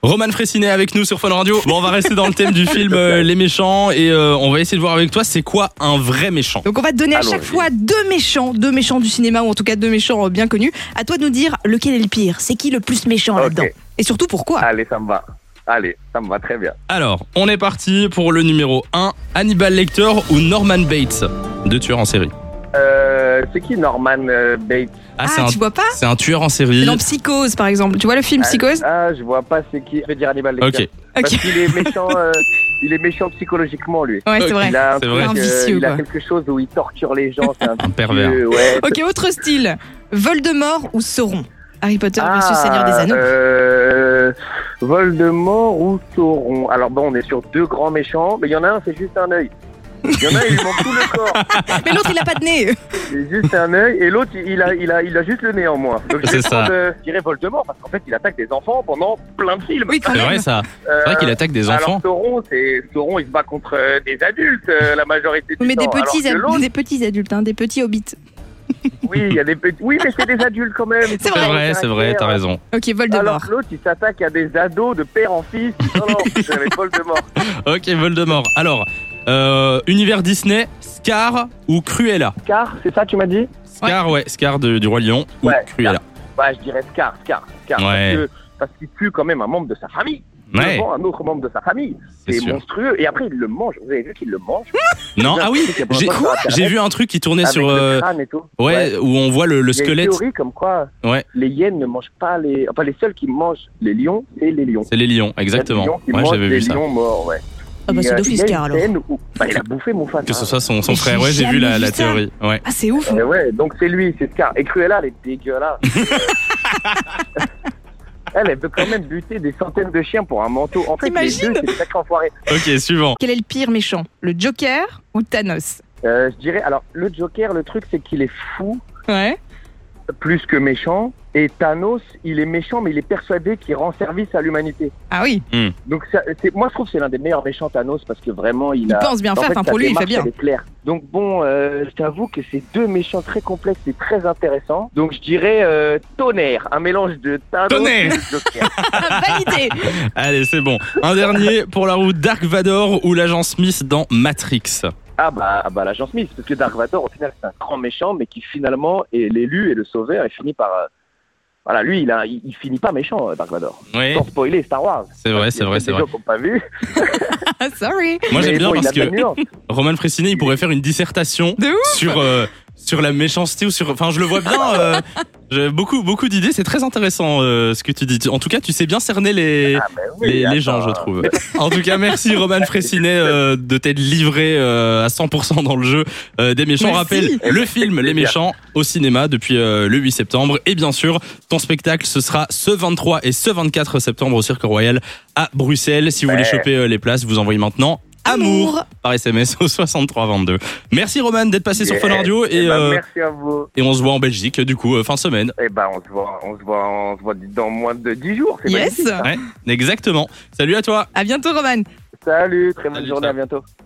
Roman Frécinet avec nous sur Fun Radio. Bon, on va rester dans le thème du film Les Méchants et on va essayer de voir avec toi c'est quoi un vrai méchant. Donc on va te donner à chaque fois deux méchants du cinéma ou en tout cas deux méchants bien connus. À toi de nous dire lequel est le pire. C'est qui le plus méchant là-dedans? Et surtout pourquoi? Allez, ça me va. Allez, ça me va très bien. Alors, on est parti pour le numéro 1. Hannibal Lecter ou Norman Bates, deux tueurs en série. C'est qui Norman Bates? Tu vois pas? C'est un tueur en série. Dans Psychose par exemple. Tu vois le film Psychose? Je vois pas c'est qui. Je vais dire Hannibal Lecter. Parce qu'il est méchant. Il est méchant psychologiquement, lui. Ouais, c'est vrai. Il a, un vicieux, il a quelque chose où il torture les gens. C'est un pervers. Ouais. Ok, autre style. Voldemort ou Sauron? Harry Potter versus Seigneur des Anneaux. Voldemort ou Sauron. Alors bon, on est sur deux grands méchants, mais il y en a un, c'est juste un œil. Il y en a un, il lui manque tout le corps. Mais l'autre, il a pas de nez. C'est juste un œil, et l'autre, il a juste le nez en moins. Donc je dirais Voldemort, parce qu'en fait, il attaque des enfants pendant plein de films. Oui, quand c'est même. vrai ça. C'est vrai qu'il attaque des enfants. Alors Sauron, il se bat contre des adultes la majorité du Mais temps. des petits adultes, des petits hobbits. Oui, il y a des petits. Oui, mais c'est des adultes quand même. C'est vrai, t'as raison. Ok, Voldemort. Alors que l'autre, il s'attaque à des ados de père en fils. Non, c'est avec Voldemort. Ok, Voldemort. Alors, univers Disney, Scar ou Cruella? Scar, c'est ça tu m'as dit? Scar, ouais, Scar du Roi Lion ou Cruella? Je dirais Scar. Ouais. Parce qu'il tue quand même un membre de sa famille. Ouais. Devant un autre membre de sa famille. C'est monstrueux. Et après, il le mange. Vous avez vu qu'il le mange? Non, j'ai vu un truc qui tournait sur. Le crâne et tout. Où on voit le squelette. Il y a une théorie comme quoi les hyènes ne mangent pas les. Enfin, les seuls qui mangent les lions, c'est les lions. C'est les lions, exactement. J'avais vu ça. Les lions morts, ouais. C'est d'office Scar alors. Il a bouffé Mufasa. Que ce soit son frère, j'ai vu la théorie. Ouais. Ah, c'est ouf. Ouais, donc c'est lui, c'est Scar. Et Cruella, elle est dégueulasse. Elle peut quand même buter des centaines de chiens pour un manteau. En fait, les deux, c'est des sacrés enfoirés. Ok, suivant. Quel est le pire méchant? Le Joker ou Thanos? Je dirais, alors, le Joker, le truc, c'est qu'il est fou. Ouais. Plus que méchant. Et Thanos, il est méchant, mais il est persuadé qu'il rend service à l'humanité. Ah oui. Donc, moi, je trouve que c'est l'un des meilleurs méchants, Thanos, parce que vraiment, il pense bien faire. Pour lui, il fait bien. Elle est claire. Donc, bon, je t'avoue que c'est deux méchants très complexes et très intéressants. Donc, je dirais Tonnerre, un mélange de Thanos et de Joker. Validé. Allez, c'est bon. Un dernier pour la route, Dark Vador ou l'agent Smith dans Matrix? L'agent Smith, parce que Dark Vador, au final, c'est un grand méchant, mais qui finalement est l'élu et le sauveur et finit par... Voilà, lui, il finit pas méchant, Dark Vador. Oui. Sans spoiler Star Wars. C'est vrai. Des gens qui n'ont pas vu. Sorry. Moi, j'aime bien parce que Roman Frécinet, il pourrait faire une dissertation sur la méchanceté ou sur... Enfin, je le vois bien... J'ai beaucoup d'idées, c'est très intéressant ce que tu dis. En tout cas, tu sais bien cerner les gens, je trouve. En tout cas, merci Roman Frécinet de t'être livré à 100% dans le jeu des méchants. On rappelle le film Les Méchants au cinéma depuis le 8 septembre. Et bien sûr, ton spectacle, ce sera ce 23 et ce 24 septembre au Cirque Royal à Bruxelles. Si vous voulez choper les places, vous envoyez maintenant Amour par SMS au 6322. Merci Roman d'être passé sur Fun Radio merci à vous. Et on se voit en Belgique du coup fin de semaine. On se voit dans moins de 10 jours. C'est magnifique. Ouais, exactement. Salut à toi. À bientôt Roman. Salut, très bonne journée, à bientôt.